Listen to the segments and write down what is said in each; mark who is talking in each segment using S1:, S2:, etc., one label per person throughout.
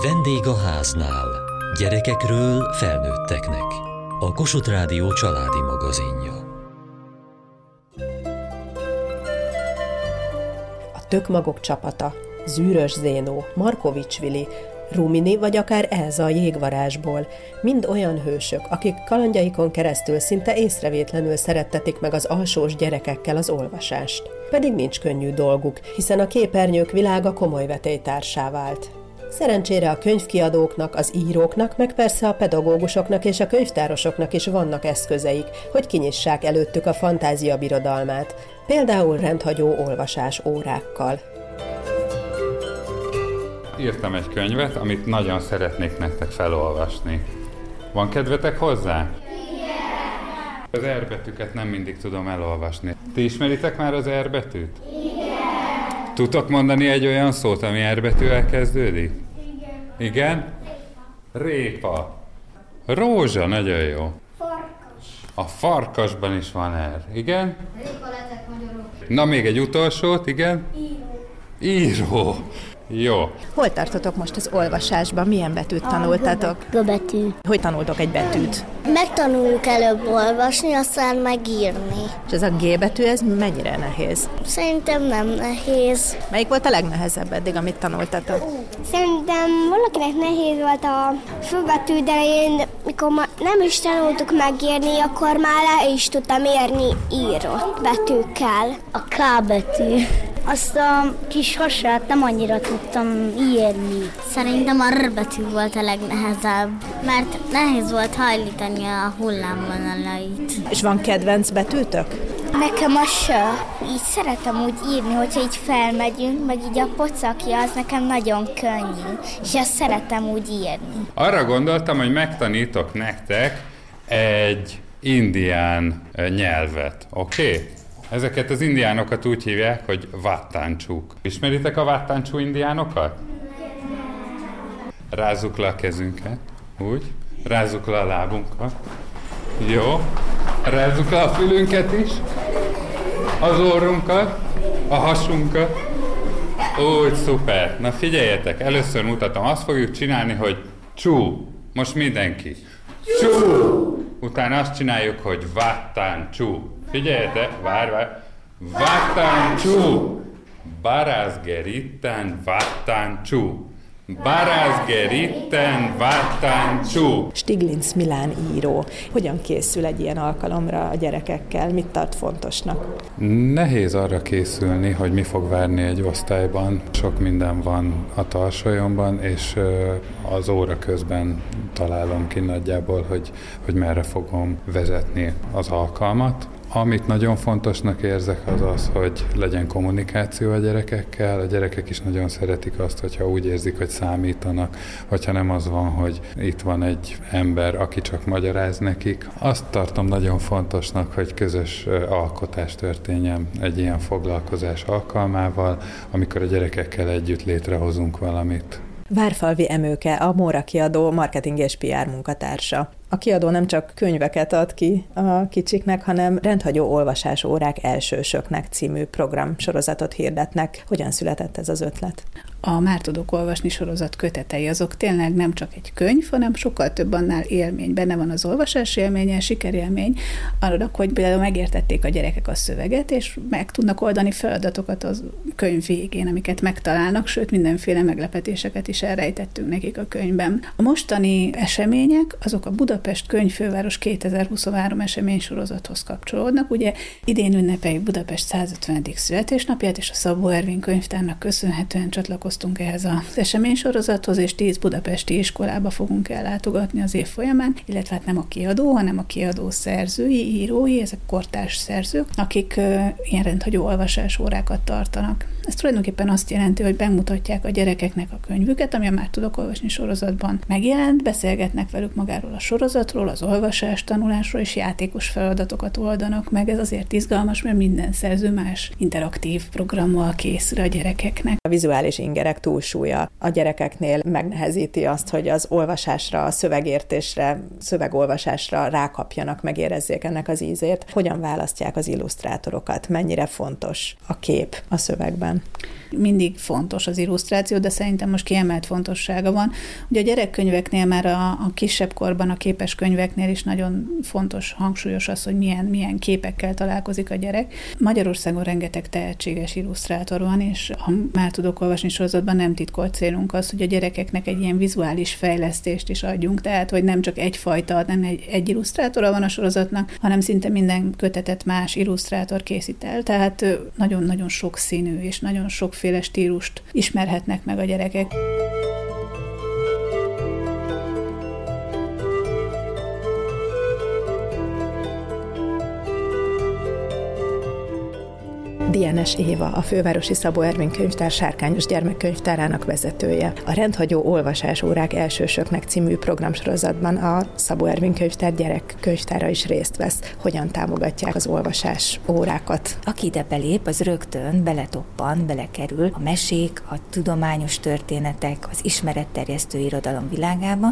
S1: Vendég a háznál. Gyerekekről felnőtteknek. A Kossuth Rádió családi magazinja.
S2: A Tökmagok csapata, Zűrös Zénó, Markovics Vili, Rumini vagy akár Elza a Jégvarázsból, mind olyan hősök, akik kalandjaikon keresztül szinte észrevétlenül szerettetik meg az alsós gyerekekkel az olvasást. Pedig nincs könnyű dolguk, hiszen a képernyők világa komoly vetélytársá vált. Szerencsére a könyvkiadóknak, az íróknak, meg persze a pedagógusoknak és a könyvtárosoknak is vannak eszközeik, hogy kinyissák előttük a fantázia birodalmát, például rendhagyó olvasás órákkal.
S3: Írtam egy könyvet, amit nagyon szeretnék nektek felolvasni. Van kedvetek hozzá? Igen! Az R betűket nem mindig tudom elolvasni. Ti ismeritek már az R betűt? Igen! Tudtok mondani egy olyan szót, ami R betűvel kezdődik? Igen. Igen? Répa. Rózsa, nagyon jó.
S4: Farkas.
S3: A farkasban is van R. Igen?
S4: Rékoletek magyarok.
S3: Na, még egy utolsót, igen? Író. Jó.
S5: Hol tartotok most az olvasásban? Milyen betűt tanultatok?
S4: G-betű.
S5: Hogy tanultok egy betűt?
S4: Megtanuljuk előbb olvasni, aztán megírni.
S5: És ez a G betű, ez mennyire nehéz?
S4: Szerintem nem nehéz.
S5: Melyik volt a legnehezebb eddig, amit tanultatok?
S4: Szerintem valakinek nehéz volt a főbetű, de én, mikor nem is tanultuk megírni, akkor már le is tudtam érni írott betűkkel. A K betű. Azt a kis hasát nem annyira tudtam írni. Szerintem a R betű volt a legnehezebb, mert nehéz volt hajlítani a hullámvonalait.
S5: És van kedvenc betűtök?
S4: Nekem a S. Így szeretem úgy írni, hogyha így felmegyünk, meg így a pocakja, az nekem nagyon könnyű, és azt szeretem úgy írni.
S3: Arra gondoltam, hogy megtanítok nektek egy indián nyelvet, oké? Ezeket az indiánokat úgy hívják, hogy vattancsúk. Ismeritek a vattancsú indiánokat? Rázzuk le a kezünket, úgy. Rázzuk le a lábunkat. Jó. Rázzuk le a fülünket is. Az orrunkat. A hasunkat. Úgy, szuper. Na figyeljetek, először mutatom. Azt fogjuk csinálni, hogy csú. Most mindenki. Csú. Utána azt csináljuk, hogy vattancsú. Figyeljetek, várj. Vattancsú. Barazgeritten vattancsú. Barazgeritten vattancsú.
S5: Stiglitz Milán író. Hogyan készül egy ilyen alkalomra a gyerekekkel? Mit tart fontosnak?
S3: Nehéz arra készülni, hogy mi fog várni egy osztályban. Sok minden van a tarsolyomban, és az óra közben találom ki nagyjából, hogy merre fogom vezetni az alkalmat. Amit nagyon fontosnak érzek, az az, hogy legyen kommunikáció a gyerekekkel. A gyerekek is nagyon szeretik azt, hogyha úgy érzik, hogy számítanak, hogyha nem az van, hogy itt van egy ember, aki csak magyaráz nekik. Azt tartom nagyon fontosnak, hogy közös alkotás történjen egy ilyen foglalkozás alkalmával, amikor a gyerekekkel együtt létrehozunk valamit.
S5: Várfalvi Emőke, a Móra kiadó marketing és PR munkatársa. A kiadó nem csak könyveket ad ki a kicsiknek, hanem rendhagyó olvasás órák elsősöknek című programsorozatot hirdetnek. Hogyan született ez az ötlet?
S6: A Már tudok olvasni sorozat kötetei azok tényleg nem csak egy könyv, hanem sokkal több annál élmény. Benne van az olvasás élménye, sikerélmény, arra, hogy például megértették a gyerekek a szöveget, és meg tudnak oldani feladatokat az könyv végén, amiket megtalálnak, sőt mindenféle meglepetéseket is elrejtettünk nekik a könyvben. A mostani események azok a Budapest Könyvfőváros 2023 eseménysorozathoz kapcsolódnak. Ugye idén ünnepeljük Budapest 150. születésnapját, és a Szabó Ervin könyvtárnak köszönhetően csatlakoztunk ehhez az eseménysorozathoz, és 10 budapesti iskolába fogunk ellátogatni az év folyamán, illetve hát nem a kiadó, hanem a kiadó szerzői, írói, ezek kortárs szerzők, akik ilyen rendhagyó olvasásórákat tartanak. Ez tulajdonképpen azt jelenti, hogy bemutatják a gyerekeknek a könyvüket, ami a Már tudok olvasni sorozatban megjelent, beszélgetnek velük magáról a sorozatról, az olvasás tanulásról, és játékos feladatokat oldanak meg. Ez azért izgalmas, mert minden szerző más interaktív programmal készül a gyerekeknek.
S5: A vizuális ingerek túlsúlya a gyerekeknél megnehezíti azt, hogy az olvasásra, a szövegértésre, szövegolvasásra rákapjanak, megérezzék ennek az ízét. Hogyan választják az illusztrátorokat? Mennyire fontos a kép a szövegben? során?
S6: Mindig fontos az illusztráció, de szerintem most kiemelt fontossága van. Ugye a gyerekkönyveknél már a kisebb korban, a képes könyveknél is nagyon fontos, hangsúlyos az, hogy milyen képekkel találkozik a gyerek. Magyarországon rengeteg tehetséges illusztrátor van, és ha már tudok olvasni sorozatban, nem titkolt célunk az, hogy a gyerekeknek egy ilyen vizuális fejlesztést is adjunk, tehát hogy nem csak egyfajta, nem egy illusztrátora van a sorozatnak, hanem szinte minden kötetet más illusztrátor készít el. Tehát nagyon-nagyon sokszínű és nagyon sokféle stílust ismerhetnek meg a gyerekek.
S5: Dienes Éva, a Fővárosi Szabó Ervin Könyvtár Sárkányos Gyermekkönyvtárának vezetője. A Rendhagyó olvasásórák elsősöknek című programsorozatban a Szabó Ervin Könyvtár gyerekkönyvtára is részt vesz. Hogyan támogatják az olvasás órákat?
S7: Aki ide belép, az rögtön beletoppan, belekerül a mesék, a tudományos történetek, az ismeretterjesztő irodalom világába,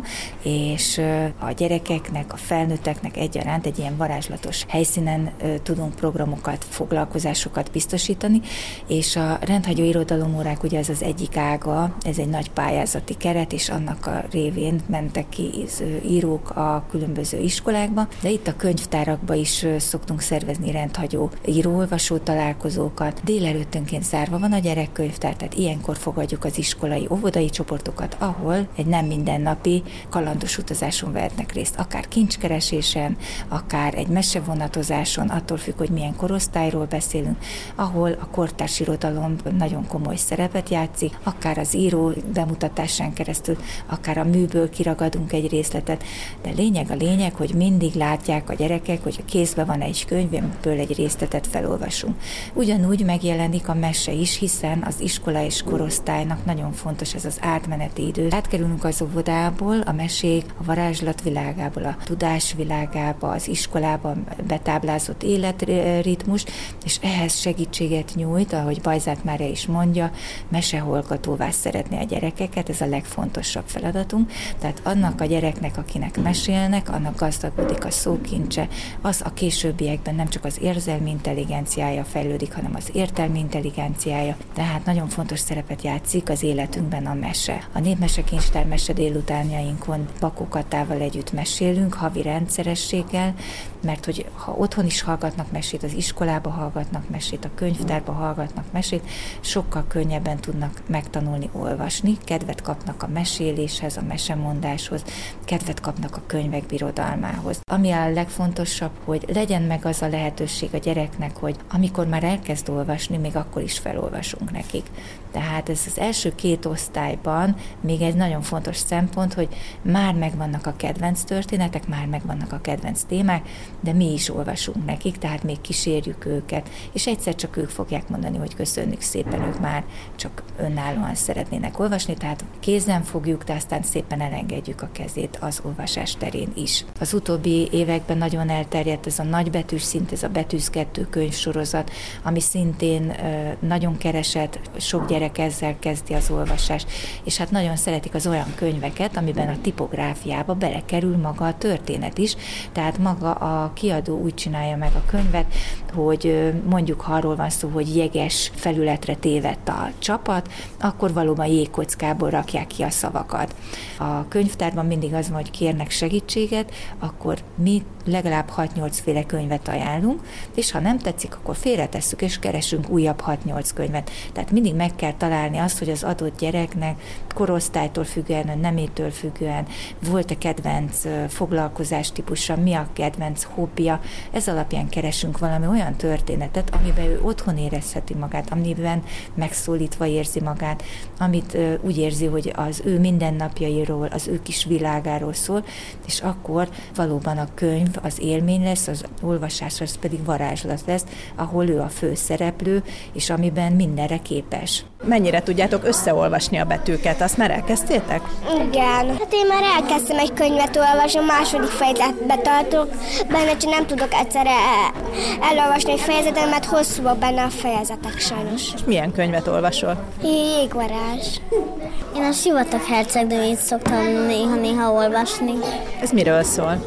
S7: és a gyerekeknek, a felnőtteknek egyaránt egy ilyen varázslatos helyszínen tudunk programokat, foglalkozásokat biztosítani, és a rendhagyó irodalomórák ugye ez az egyik ága, ez egy nagy pályázati keret, és annak a révén mentek ki írók a különböző iskolákba, de itt a könyvtárakban is szoktunk szervezni rendhagyó író-olvasó találkozókat. Délelőttönként zárva van a gyerekkönyvtár, tehát ilyenkor fogadjuk az iskolai óvodai csoportokat, ahol egy nem mindennapi kalandos utazáson vehetnek részt, akár kincskeresésen, akár egy mesevonatozáson, attól függ, hogy milyen korosztályról beszélünk, ahol a kortárs irodalom nagyon komoly szerepet játszik, akár az író bemutatásán keresztül, akár a műből kiragadunk egy részletet, de a lényeg, hogy mindig látják a gyerekek, hogy a kézben van egy könyv, amiből egy részletet felolvasunk. Ugyanúgy megjelenik a mese is, hiszen az iskola és korosztálynak nagyon fontos ez az átmeneti idő. Átkerülünk az óvodából, a mesék, a varázslat világából, a tudás világába, az iskolában betáblázott életritmus, és ehhez segítséget nyújt, ahogy Bajzát Mária is mondja, mesehallgatóvá szeretné a gyerekeket, ez a legfontosabb feladatunk. Tehát annak a gyereknek, akinek mesélnek, annak gazdagodik a szókincse, az a későbbiekben nem csak az érzelmi intelligenciája fejlődik, hanem az értelmi intelligenciája, tehát nagyon fontos szerepet játszik az életünkben a mese. A Népmesekincstár mese délutánjainkon Bakó Katával együtt mesélünk, havi rendszerességgel, mert hogy ha otthon is hallgatnak mesét, az iskolába hallgatnak mesét, a könyvtárba hallgatnak mesét, sokkal könnyebben tudnak megtanulni olvasni, kedvet kapnak a meséléshez, a mesemondáshoz, kedvet kapnak a könyvek birodalmához. Ami a legfontosabb, hogy legyen meg az a lehetőség a gyereknek, hogy amikor már elkezd olvasni, még akkor is felolvasunk nekik. Tehát ez az első 2 osztályban még egy nagyon fontos szempont, hogy már megvannak a kedvenc történetek, már megvannak a kedvenc témák, de mi is olvasunk nekik, tehát még kísérjük őket, és egyszer csak ők fogják mondani, hogy köszönjük szépen, ők már csak önállóan szeretnének olvasni, tehát kézen fogjuk, de aztán szépen elengedjük a kezét az olvasás terén is. Az utóbbi években nagyon elterjedt ez a nagybetűs szint, ez a Betűz 2 könyvsorozat, ami szintén nagyon keresett, sok gyerek ezzel kezdi az olvasást, és hát nagyon szeretik az olyan könyveket, amiben a tipográfiába belekerül maga a történet is, tehát maga a kiadó úgy csinálja meg a könyvet, hogy mondjuk ha arról van szó, hogy jeges felületre tévedt a csapat, akkor valóban jégkockából rakják ki a szavakat. A könyvtárban mindig az van, hogy kérnek segítséget, akkor mi legalább 6-8 féle könyvet ajánlunk, és ha nem tetszik, akkor félretesszük, és keresünk újabb 6-8 könyvet. Tehát mindig meg kell találni azt, hogy az adott gyereknek korosztálytól függően, nemétől függően volt-e kedvenc foglalkozás típusa, mi a kedvenc hobbija. Ez alapján keresünk valami olyan történetet, amiben ő otthon érezheti magát, amiben megszólítva érzi magát, amit úgy érzi, hogy az ő mindennapjairól, az ő kis világáról szól, és akkor valóban a könyv az élmény lesz, az olvasás az pedig varázslat lesz, ahol ő a főszereplő, és amiben mindenre képes.
S5: Mennyire tudjátok összeolvasni a betűket? Azt már elkezdtétek?
S4: Igen. Hát én már elkezdtem egy könyvet olvasni, a második fejezetbe tartok benne, csak nem tudok egyszerre elolvasni egy fejezetet, mert hosszúak benne a fejezetek sajnos.
S5: És milyen könyvet olvasol?
S4: Jégvarázs. Én a Sivatag hercegnőjét szoktam néha olvasni.
S5: Ez miről szól?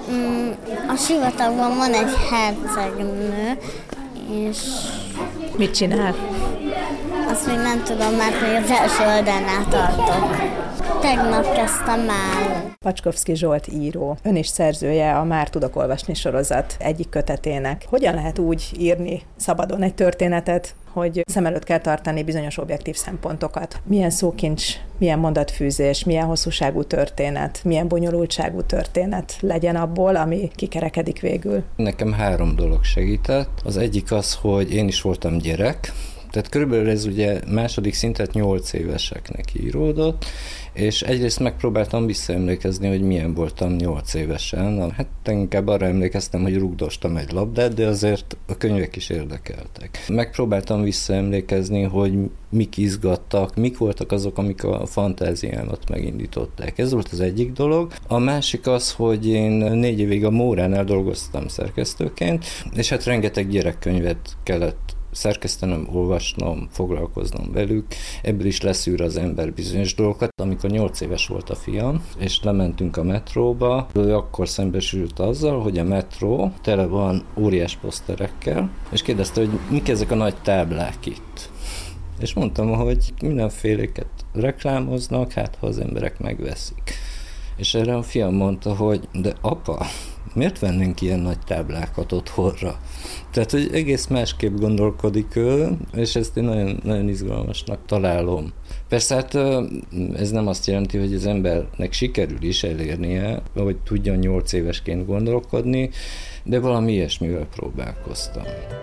S4: A sivatagban van egy hercegnő, és...
S5: Mit csinál?
S4: még nem tudom, mert még az első oldalnál tartok. Tegnap kezdtem már.
S5: Pacskovszki Zsolt író. Ön is szerzője a Már tudok olvasni sorozat egyik kötetének. Hogyan lehet úgy írni szabadon egy történetet, hogy szem előtt kell tartani bizonyos objektív szempontokat? Milyen szókincs, milyen mondatfűzés, milyen hosszúságú történet, milyen bonyolultságú történet legyen abból, ami kikerekedik végül?
S8: Nekem 3 dolog segített. Az egyik az, hogy én is voltam gyerek, tehát körülbelül ez ugye második szintet 8 éveseknek íródott, és egyrészt megpróbáltam visszaemlékezni, hogy milyen voltam 8 évesen. Hát inkább arra emlékeztem, hogy rugdostam egy labdát, de azért a könyvek is érdekeltek. Megpróbáltam visszaemlékezni, hogy mik izgattak, mik voltak azok, amik a fantáziámat megindították. Ez volt az egyik dolog. A másik az, hogy én 4 évig a Móránál dolgoztam szerkesztőként, és hát rengeteg gyerekkönyvet kellett szerkesztenem, olvasnom, foglalkoznom velük. Ebből is leszűr az ember bizonyos dolgokat. Amikor 8 éves volt a fiam, és lementünk a metróba, ő akkor szembesült azzal, hogy a metró tele van óriás poszterekkel, és kérdezte, hogy mik ezek a nagy táblák itt. És mondtam, hogy mindenféléket reklámoznak, hát ha az emberek megveszik. És erre a fiam mondta, hogy de apa, miért vennénk ilyen nagy táblákat otthonra? Tehát, hogy egész másképp gondolkodik ő, és ezt én nagyon, nagyon izgalmasnak találom. Persze hát ez nem azt jelenti, hogy az embernek sikerül is elérnie, vagy tudjon 8 évesként gondolkodni, de valami ilyesmivel próbálkoztam.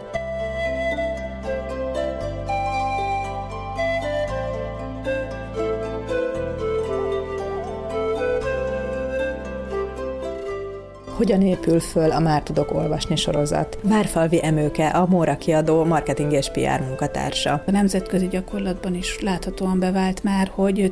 S5: Hogyan épül föl a Már tudok olvasni sorozat? Várfalvi Emőke, a Móra kiadó marketing és PR munkatársa.
S6: A nemzetközi gyakorlatban is láthatóan bevált már, hogy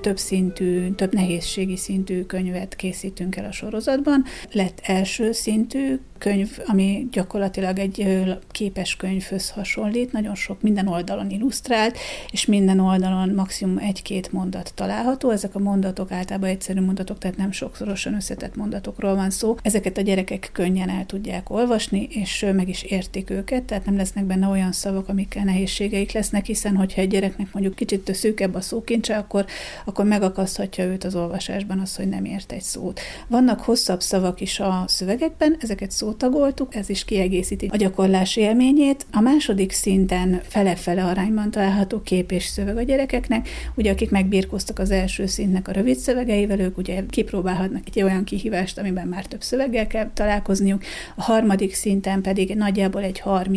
S6: több nehézségi szintű könyvet készítünk el a sorozatban. Lett első szintű könyv, ami gyakorlatilag egy képes könyvhöz hasonlít, nagyon sok, minden oldalon illusztrált, és minden oldalon maximum 1-2 mondat található. Ezek a mondatok általában egyszerű mondatok, tehát nem sokszorosan összetett mondatokról van szó. Ezeket a gyerekek könnyen el tudják olvasni, és meg is értik őket, tehát nem lesznek benne olyan szavak, amikkel nehézségeik lesznek, hiszen hogyha egy gyereknek mondjuk kicsit szűkebb a szókincse, akkor megakaszthatja őt az olvasásban az, hogy nem ért egy szót. Vannak hosszabb szavak is a szövegekben, ezeket szótagoltuk, ez is kiegészíti a gyakorlás élményét. A második szinten fele-fele arányban található kép és szöveg a gyerekeknek, ugye akik megbirkóztak az első szintnek a rövid szövegeivel, ők ugye kipróbálhatnak egy olyan kihívást, amiben már több szöveggel kell találkozniuk. A harmadik szinten pedig nagyjából egy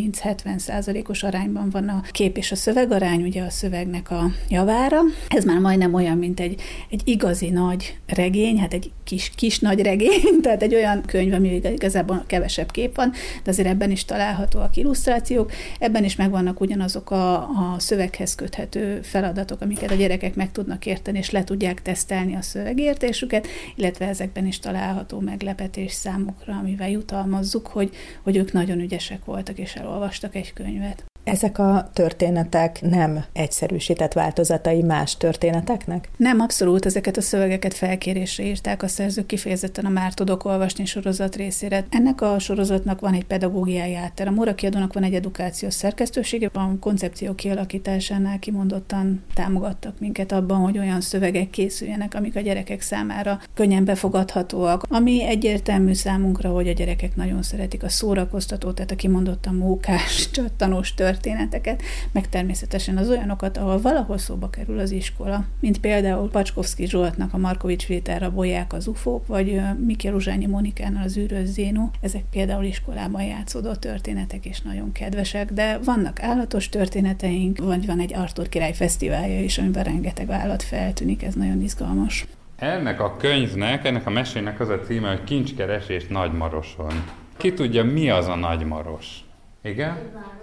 S6: 30-70%-os arányban van a kép és a szövegarány, ugye a szövegnek a javára. Ez már majdnem olyan, mint egy igazi nagy regény, hát egy kis nagy regény, tehát egy olyan könyv, ami igazából kevesebb kép van, de azért ebben is találhatóak illusztrációk, ebben is megvannak ugyanazok a szöveghez köthető feladatok, amiket a gyerekek meg tudnak érteni, és le tudják tesztelni a szövegértésüket, illetve ezekben is található meglepetés számukra, amivel jutalmazzuk, hogy ők nagyon ügyesek voltak, és elolvastak egy könyvet.
S5: Ezek a történetek nem egyszerűsített változatai más történeteknek?
S6: Nem, abszolút, ezeket a szövegeket felkérésre írták a szerzők kifejezetten a Már tudok olvasni sorozat részére. Ennek a sorozatnak van egy pedagógiai áttere. A Móra kiadónak van egy edukációs szerkesztősége, a koncepció kialakításánál kimondottan támogattak minket abban, hogy olyan szövegek készüljenek, amik a gyerekek számára könnyen befogadhatóak. Ami egyértelmű számunkra, hogy a gyerekek nagyon szeretik a szórakoztató, tehát a kimondottan mókás, csattanós történeteket, meg természetesen az olyanokat, ahol valahol szóba kerül az iskola, mint például Pacskovszki Zsoltnak a Markovics rabolják az ufók, vagy Miki Ruzsányi Monikánál az Zűrös Zénó. Ezek például iskolában játszódó történetek, és nagyon kedvesek, de vannak állatos történeteink, vagy van egy Artúr király fesztiválja is, amiben rengeteg állat feltűnik, ez nagyon izgalmas.
S3: Ennek a könyvnek, ennek a mesének az a címe, hogy Kincskeresés Nagymaroson. Ki tudja, mi az a Nagymaros? Igen?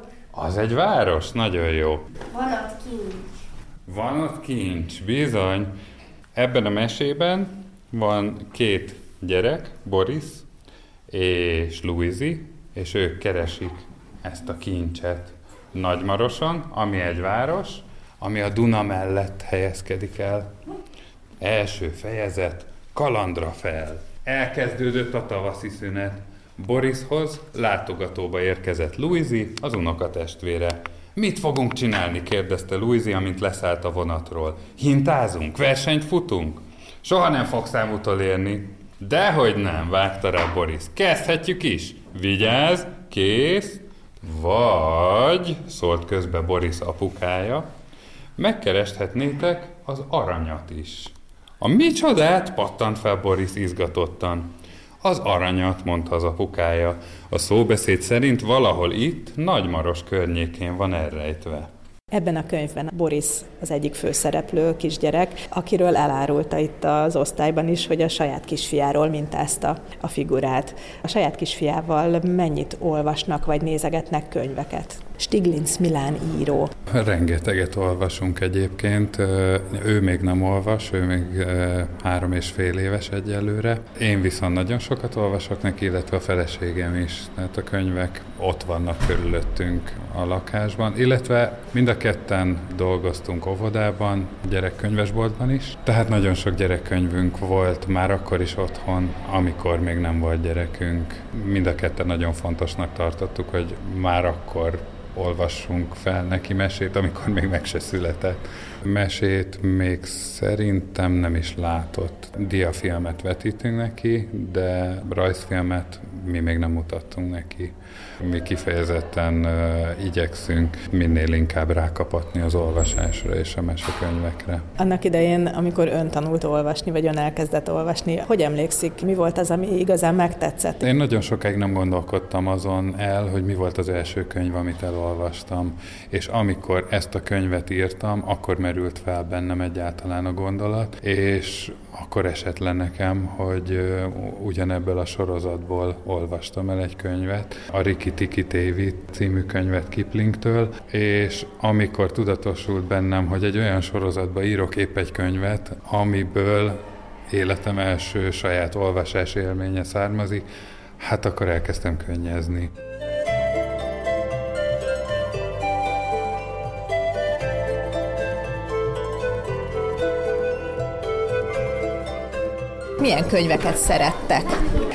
S3: Az egy város? Nagyon jó.
S4: Van ott kincs.
S3: Van ott kincs, bizony. Ebben a mesében van 2 gyerek, Boris és Luizi, és ők keresik ezt a kincset Nagymaroson, ami egy város, ami a Duna mellett helyezkedik el. Első fejezet, kalandra fel. Elkezdődött a tavaszi szünet. Borishoz látogatóba érkezett Luizi, az unokatestvére. Mit fogunk csinálni? Kérdezte Luizi, amint leszállt a vonatról. Hintázunk? Versenyt futunk? Soha nem fogsz szám utolérni. Dehogy nem, vágta rá Boris. Kezdhetjük is. Vigyázz, kész. Vagy, szólt közbe Boris apukája, megkereshetnétek az aranyat is. A micsodát? Pattant fel Boris izgatottan. Az aranyat, mondta az apukája. A szóbeszéd szerint valahol itt, Nagymaros környékén van elrejtve.
S5: Ebben a könyvben Boris az egyik főszereplő kisgyerek, akiről elárulta itt az osztályban is, hogy a saját kisfiáról mintázta a figurát. A saját kisfiával mennyit olvasnak vagy nézegetnek könyveket? Stiglitz Milán író.
S3: Rengeteget olvasunk egyébként. Ő még nem olvas, ő még 3,5 éves egyelőre. Én viszont nagyon sokat olvasok neki, illetve a feleségem is. Tehát a könyvek ott vannak körülöttünk a lakásban, illetve mind a ketten dolgoztunk óvodában, gyerekkönyvesboltban is. Tehát nagyon sok gyerekkönyvünk volt már akkor is otthon, amikor még nem volt gyerekünk. Mind a ketten nagyon fontosnak tartottuk, hogy már akkor olvassunk fel neki mesét, amikor még meg se született. Mesét még szerintem nem is látott. Diafilmet vetítünk neki, de rajzfilmet mi még nem mutattunk neki. Mi kifejezetten igyekszünk minél inkább rákapatni az olvasásra és a mesekönyvekre.
S5: Annak idején, amikor ön tanult olvasni, vagy ön elkezdett olvasni, hogy emlékszik, mi volt az, ami igazán megtetszett?
S3: Én nagyon sokáig nem gondolkodtam azon el, hogy mi volt az első könyv, amit elolvastam. És amikor ezt a könyvet írtam, akkor merült fel bennem egyáltalán a gondolat, és akkor esett le nekem, hogy ugyanebből a sorozatból olvastam el egy könyvet, a Rikki-Tikki Tévi című könyvet Kiplingtől, és amikor tudatosult bennem, hogy egy olyan sorozatba írok épp egy könyvet, amiből életem első saját olvasás élménye származik, hát akkor elkezdtem könnyezni.
S5: Milyen könyveket szerettek?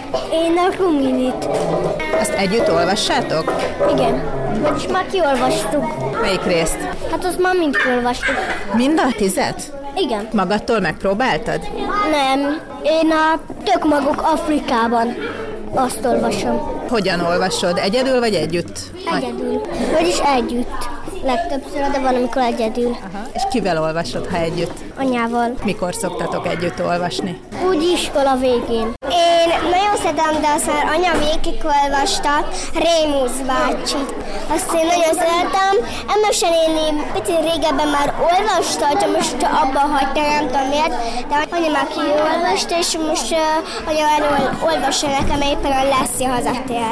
S4: Én a Ruminit.
S5: Azt együtt olvassátok?
S4: Igen. Vagyis már kiolvastuk.
S5: Melyik részt?
S4: Hát azt már mind kiolvastuk.
S5: Mind a 10?
S4: Igen.
S5: Magadtól megpróbáltad?
S4: Nem. Én a Tök maguk Afrikában azt olvasom.
S5: Hogyan olvasod? Egyedül vagy együtt?
S4: Egyedül. Vagyis együtt. Legtöbbször, de van, amikor egyedül.
S5: Aha. És kivel olvasod, ha együtt?
S4: Anyával.
S5: Mikor szoktatok együtt olvasni?
S4: Úgy iskola végén. Én nagyon szeretem, de azt már anya végigolvasta, Rémusz bácsit. Azt én nagyon szeretem. Emese néni picit régebben már olvasta, csak most abba hagyta, nem tudom miért, de anya már kiolvasta, és most anya erről olvassa nekem, éppen a Leszi hazatér.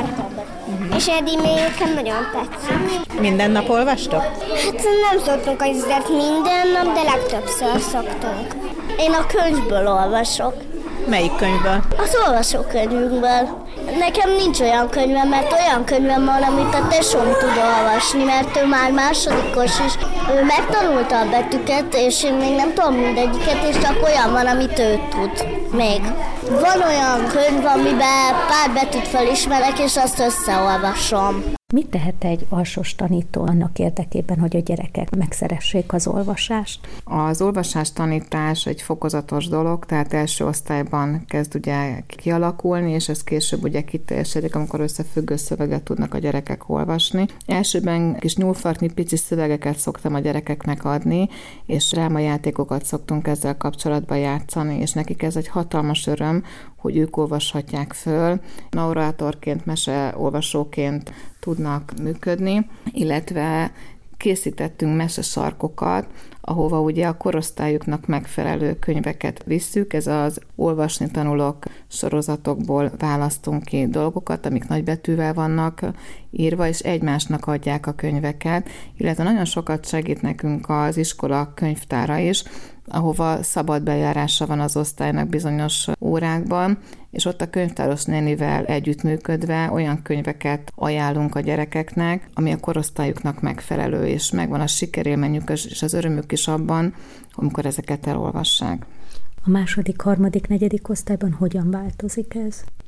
S4: És eddig még nekem nagyon tetszik.
S5: Minden nap olvastok?
S4: Hát nem szoktunk az üzlet minden nap, de legtöbbször szoktunk. Én a könyvből olvasok.
S5: Melyik könyvből?
S4: Az olvasókönyvünkből. Nekem nincs olyan könyvem, mert olyan könyvem van, amit a tesóm tud olvasni, mert ő már másodikos is. Ő megtanulta a betűket, és én még nem tudom mindegyiket, és csak olyan van, amit ő tud még. Van olyan könyv, amiben pár betűt felismerek, és azt összeolvasom.
S9: Mit tehet egy alsós tanító annak érdekében, hogy a gyerekek megszeressék az olvasást?
S10: Az olvasástanítás egy fokozatos dolog, tehát első osztályban kezd ugye kialakulni, és ez később ugye kiteljesedik, amikor összefüggő szöveget tudnak a gyerekek olvasni. Elsőben kis nyúlfarknyi pici szövegeket szoktam a gyerekeknek adni, és drámajátékokat szoktunk ezzel kapcsolatban játszani, és nekik ez egy hatalmas öröm, hogy ők olvashatják föl, narrátorként, meseolvasóként tudnak működni, illetve készítettünk mesesarkokat, ahova ugye a korosztályuknak megfelelő könyveket visszük. Ez az olvasni tanulók sorozatokból választunk ki dolgokat, amik nagybetűvel vannak írva, és egymásnak adják a könyveket, illetve nagyon sokat segít nekünk az iskola könyvtára is, ahova szabad bejárása van az osztálynak bizonyos órákban, és ott a könyvtáros nénivel együttműködve olyan könyveket ajánlunk a gyerekeknek, ami a korosztályuknak megfelelő, és megvan a sikerélményük és az örömük is abban, amikor ezeket elolvassák.
S9: A második, harmadik, negyedik osztályban hogyan változik ez?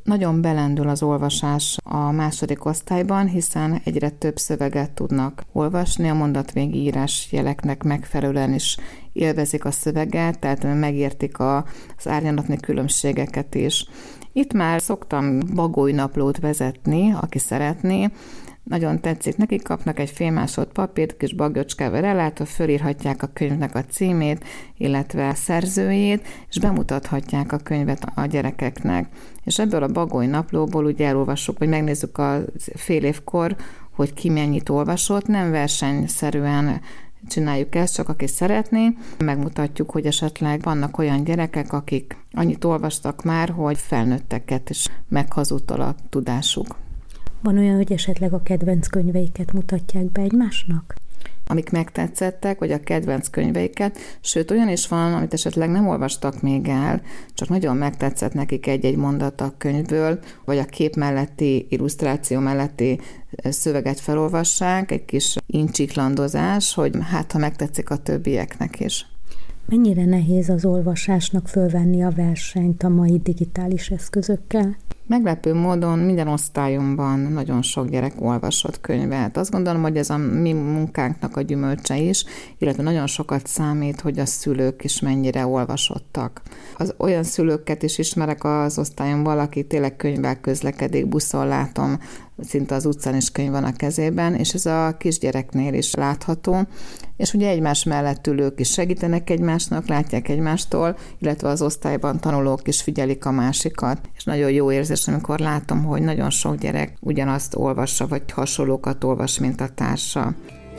S10: Nagyon belendül az olvasás a második osztályban, hiszen egyre több szöveget tudnak olvasni, a mondatvégi írás jeleknek megfelelően is élvezik a szöveget, tehát megértik az árnyalatni különbségeket is. Itt már szoktam bagolynaplót vezetni, aki szeretné. Nagyon tetszik nekik, kapnak egy fél másod papírt, kis bagyocskával ellátva, fölírhatják a könyvnek a címét, illetve a szerzőjét, és bemutathatják a könyvet a gyerekeknek. És ebből a bagolynaplóból ugye elolvassuk, vagy megnézzük a fél évkor, hogy ki mennyit olvasott, nem versenyszerűen csináljuk ezt, csak aki szeretné. Megmutatjuk, hogy esetleg vannak olyan gyerekek, akik annyit olvastak már, hogy felnőtteket is meghazudtol a tudásuk.
S9: Van olyan, hogy esetleg a kedvenc könyveiket mutatják be egymásnak?
S10: Amik megtetszettek, vagy a kedvenc könyveiket, sőt olyan is van, amit esetleg nem olvastak még el, csak nagyon megtetszett nekik egy-egy mondat a könyvből, vagy a kép melletti, illusztráció melletti szöveget felolvassák, egy kis incsiklandozás, hogy hát ha megtetszik a többieknek is.
S9: Mennyire nehéz az olvasásnak fölvenni a versenyt a mai digitális eszközökkel?
S10: Meglepő módon minden osztályomban nagyon sok gyerek olvasott könyvet. Azt gondolom, hogy ez a mi munkánknak a gyümölcse is, illetve nagyon sokat számít, hogy a szülők is mennyire olvasottak. Az olyan szülőket is ismerek az osztályomban, aki tényleg könyvvel közlekedik, buszon látom, szinte az utcán is könyv van a kezében, és ez a kisgyereknél is látható, és ugye egymás mellett ülők is segítenek egymásnak, látják egymástól, illetve az osztályban tanulók is figyelik a másikat, és nagyon jó érzés, amikor látom, hogy nagyon sok gyerek ugyanazt olvassa, vagy hasonlókat olvas, mint a társa.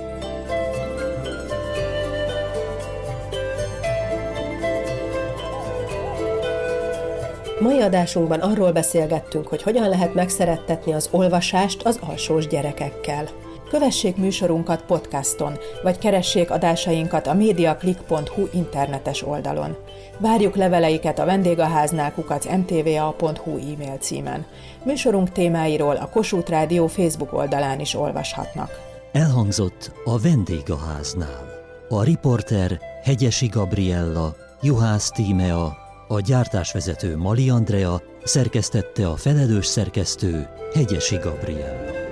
S2: Mai adásunkban arról beszélgettünk, hogy hogyan lehet megszerettetni az olvasást az alsós gyerekekkel. Kövessék műsorunkat podcaston, vagy keressék adásainkat a mediaclick.hu internetes oldalon. Várjuk leveleiket a vendégháznál@mtva.hu e-mail címen. Műsorunk témáiról a Kossuth Rádió Facebook oldalán is olvashatnak.
S1: Elhangzott a Vendégháznál. A riporter Hegyesi Gabriella, Juhász Tímea, a gyártásvezető Mali Andrea, szerkesztette a felelős szerkesztő Hegyesi Gabriella.